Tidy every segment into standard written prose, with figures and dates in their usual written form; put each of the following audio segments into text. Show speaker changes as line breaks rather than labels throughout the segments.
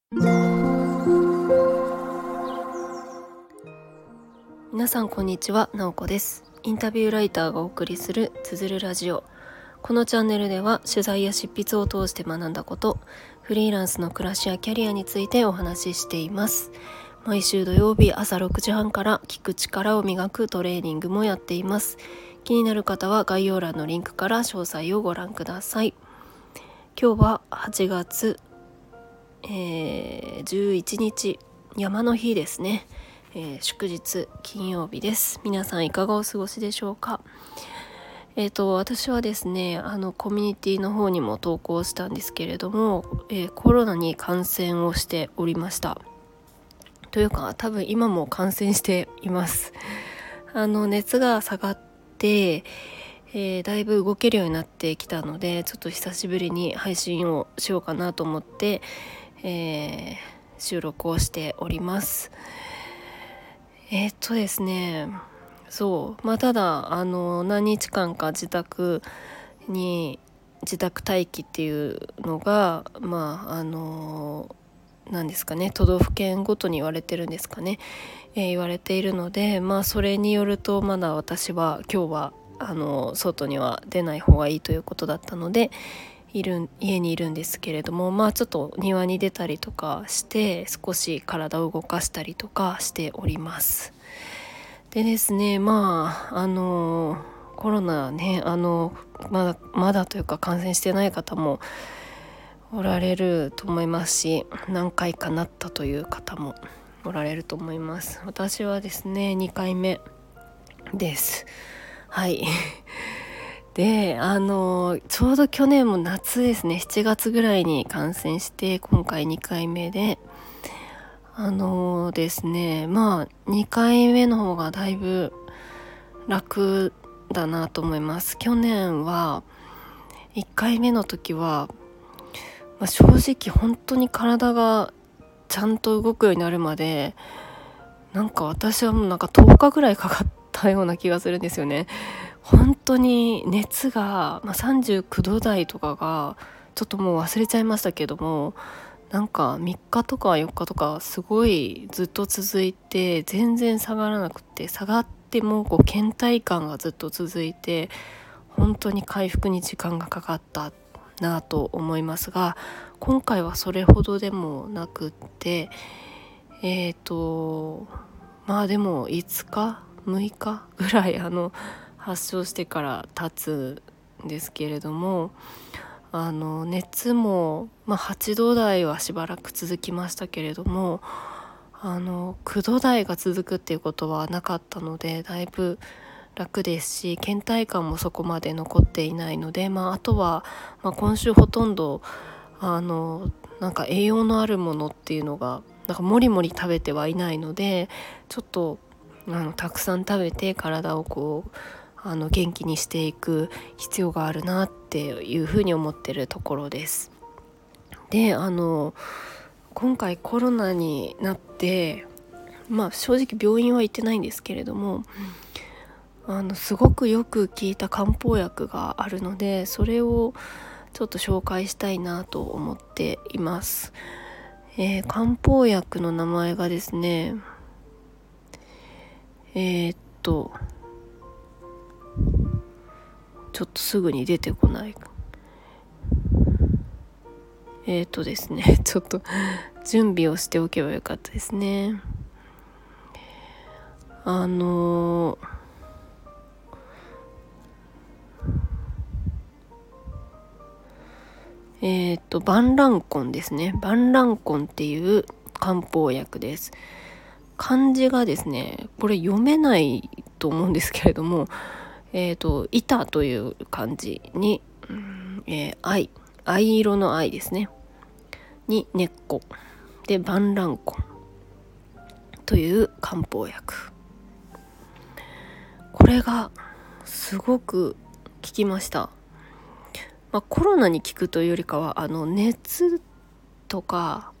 皆さんこんにちは、なおこです。インタビューライターがお送りするつづるラジオ。このチャンネルでは取材や執筆を通して学んだこと、フリーランスの暮らしやキャリアについてお話ししています。毎週土曜日朝6時半から聞く力を磨くトレーニングもやっています。気になる方は概要欄のリンクから詳細をご覧ください。今日は8月、11日山の日ですね。祝日金曜日です。皆さんいかがお過ごしでしょうか。私はですねコミュニティの方にも投稿したんですけれども、コロナに感染をしておりました。というか多分今も感染しています。熱が下がって、だいぶ動けるようになってきたので、ちょっと久しぶりに配信をしようかなと思って、収録をしております。ですねただ何日間か自宅待機っていうのが何ですかね、都道府県ごとに言われてるんですかね、言われているので、それによるとまだ私は今日は外には出ない方がいいということだったので家にいるんですけれども、ちょっと庭に出たりとかして少し体を動かしたりとかしております。でですね、コロナねまだというか感染してない方もおられると思いますし、何回かなったという方もおられると思います。私はですね2回目です。はいでちょうど去年も夏ですね、7月ぐらいに感染して、今回2回目でですね2回目の方がだいぶ楽だなと思います。去年は1回目の時は、正直本当に体がちゃんと動くようになるまで私はもう10日ぐらいかかったような気がするんですよね。本当に熱が、39度台とかがちょっともう忘れちゃいましたけども、3日とか4日とかすごいずっと続いて、全然下がらなくて、下がっても倦怠感がずっと続いて、本当に回復に時間がかかったなと思いますが、今回はそれほどでもなくって、でも5日6日ぐらい発症してから経つんですけれども、熱も、8度台はしばらく続きましたけれども、9度台が続くっていうことはなかったので、だいぶ楽ですし、倦怠感もそこまで残っていないので、あとは、今週ほとんど栄養のあるものっていうのがもりもり食べてはいないので、ちょっとたくさん食べて体を元気にしていく必要があるなっていうふうに思ってるところです。で今回コロナになって、正直病院は行ってないんですけれども、すごくよく効いた漢方薬があるので、それをちょっと紹介したいなと思っています。漢方薬の名前がですねちょっとすぐに出てこないですねちょっと準備をしておけばよかったですね。バンランコンですね。バンランコンっていう漢方薬です。漢字がですね、これ読めないと思うんですけれども、板という漢字に、藍色の藍ですねに根っこでバンランコンという漢方薬、これがすごく効きました。コロナに効くというよりかは熱とか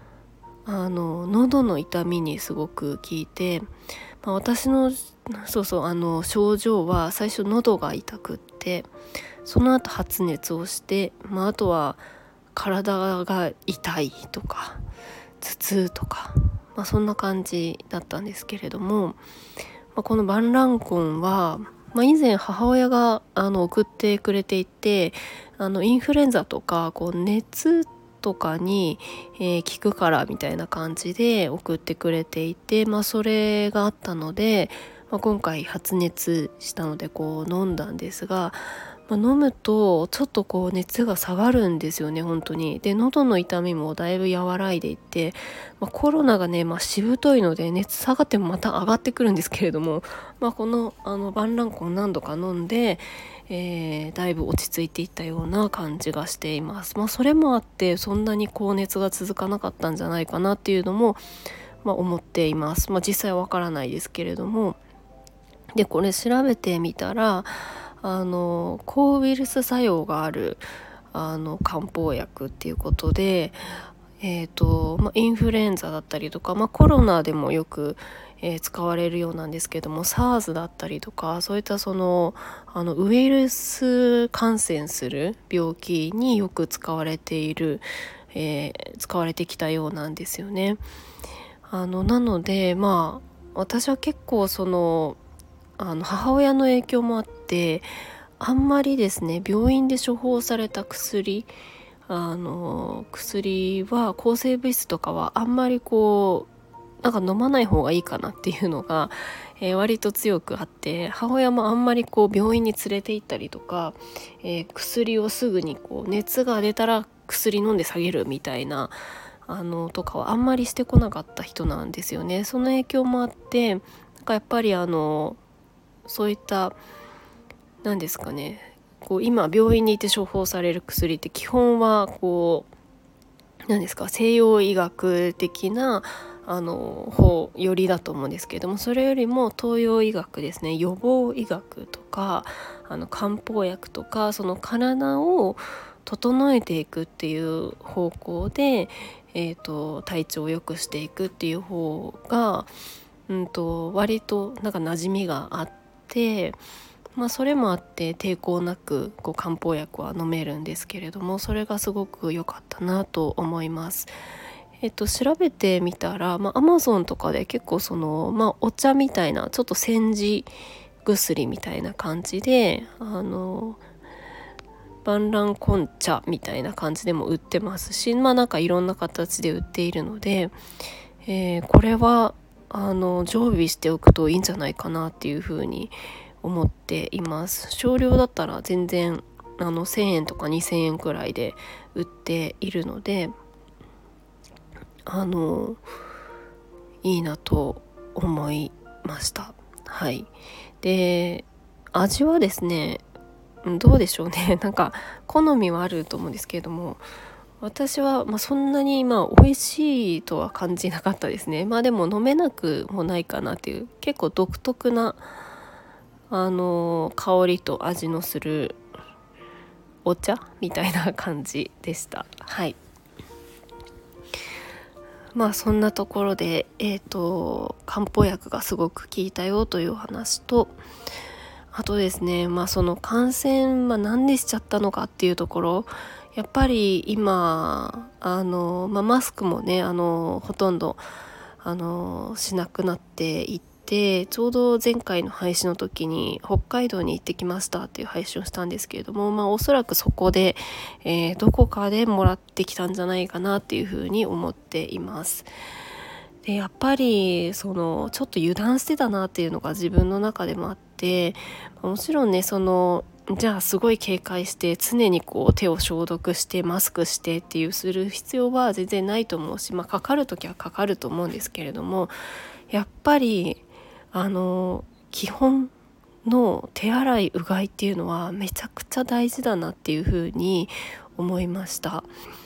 喉の痛みにすごく効いて、私の症状は最初喉が痛くって、その後発熱をして、あとは体が痛いとか頭痛とか、そんな感じだったんですけれども、このバンランコンは、以前母親が送ってくれていて、インフルエンザとか熱とかに、効くからみたいな感じで送ってくれていて、それがあったので、今回発熱したので飲んだんですが、飲むとちょっと熱が下がるんですよね、本当に。で、喉の痛みもだいぶ和らいでいて、コロナがね、しぶといので熱下がってもまた上がってくるんですけれども、このバンランコン何度か飲んで、だいぶ落ち着いていったような感じがしています。それもあってそんなに高熱が続かなかったんじゃないかなっていうのも、思っています。実際はわからないですけれども。で、これ調べてみたら抗ウイルス作用がある漢方薬っていうことで、インフルエンザだったりとか、コロナでもよく、使われるようなんですけども、 SARS だったりとか、そういったウイルス感染する病気によく使われている、使われてきたようなんですよね。なので私は結構母親の影響もあって、あんまりですね、病院で処方された薬は抗生物質とかはあんまり飲まない方がいいかなっていうのが、割と強くあって、母親もあんまり病院に連れて行ったりとか、薬をすぐに熱が出たら薬飲んで下げるみたいなとかはあんまりしてこなかった人なんですよね。その影響もあって、やっぱりそういった何ですかね、今病院にいて処方される薬って基本は何ですか、西洋医学的な方よりだと思うんですけども、それよりも東洋医学ですね、予防医学とか漢方薬とか、その体を整えていくっていう方向で、体調を良くしていくっていう方が割と馴染みがあって、それもあって抵抗なく漢方薬は飲めるんですけれども、それがすごく良かったなと思います。調べてみたら、Amazon とかで結構お茶みたいなちょっと煎じ薬みたいな感じでバンランコン茶みたいな感じでも売ってますし、いろんな形で売っているので、これは常備しておくといいんじゃないかなっていうふうに思っています。少量だったら全然1000円とか2000円くらいで売っているので、いいなと思いました。はい。で、味はですね、どうでしょうね。好みはあると思うんですけれども、私はそんなに美味しいとは感じなかったですね。でも飲めなくもないかなっていう、結構独特な香りと味のするお茶みたいな感じでした。はい。そんなところで漢方薬がすごく効いたよという話と、あとですね、その感染なんでしちゃったのかっていうところ、やっぱり今マスクもねほとんどしなくなっていって、ちょうど前回の配信の時に北海道に行ってきましたっていう配信をしたんですけれども、おそらくそこで、どこかでもらってきたんじゃないかなっていうふうに思っています。で、やっぱりちょっと油断してたなっていうのが自分の中でもあって、もちろんねじゃあすごい警戒して常に手を消毒してマスクしてっていうする必要は全然ないと思うし、かかるときはかかると思うんですけれども、やっぱり基本の手洗いうがいっていうのはめちゃくちゃ大事だなっていうふうに思いました。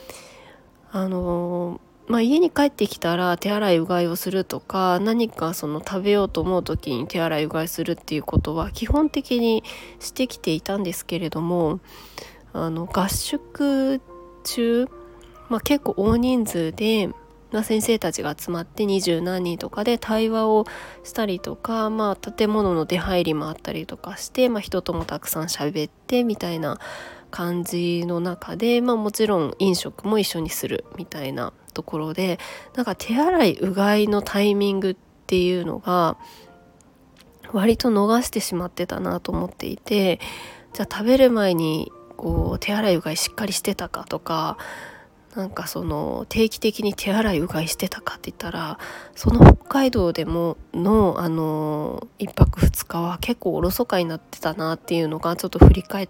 家に帰ってきたら手洗いうがいをするとか、何か食べようと思う時に手洗いうがいするっていうことは基本的にしてきていたんですけれども、合宿中、結構大人数で、先生たちが集まって20何人とかで対話をしたりとか、建物の出入りもあったりとかして、人ともたくさん喋ってみたいな感じの中で、もちろん飲食も一緒にするみたいなところで、なんか手洗いうがいのタイミングっていうのが割と逃してしまってたなと思っていて、じゃあ食べる前に手洗いうがいしっかりしてたかとか、なんか定期的に手洗いうがいしてたかって言ったら、その北海道でもの1泊2日は結構おろそかになってたなっていうのがちょっと振り返って、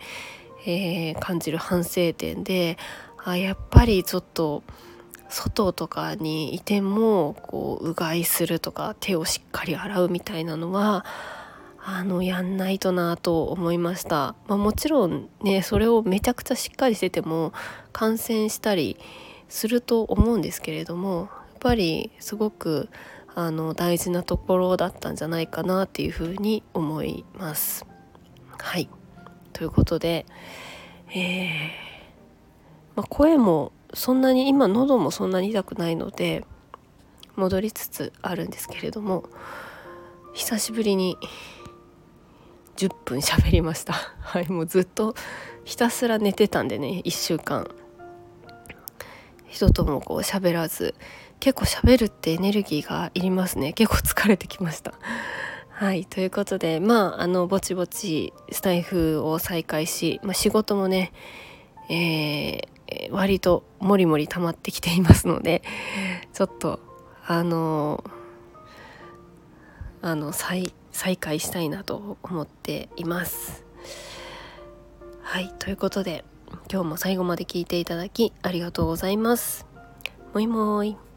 感じる反省点で、やっぱりちょっと外とかにいてもうがいするとか手をしっかり洗うみたいなのはやんないとなと思いました。もちろんね、それをめちゃくちゃしっかりしてても感染したりすると思うんですけれども、やっぱりすごく大事なところだったんじゃないかなっていうふうに思います。はい、ということで、声もそんなに今喉もそんなに痛くないので戻りつつあるんですけれども、久しぶりに10分喋りました。はい、もうずっとひたすら寝てたんでね、1週間人とも喋らず、結構喋るってエネルギーがいりますね。結構疲れてきました。はい、ということでぼちぼちスタイフを再開し、仕事もね、割ともりもり溜まってきていますので、ちょっと再開したいなと思っています。はい、ということで今日も最後まで聞いていただきありがとうございます。もいもーい。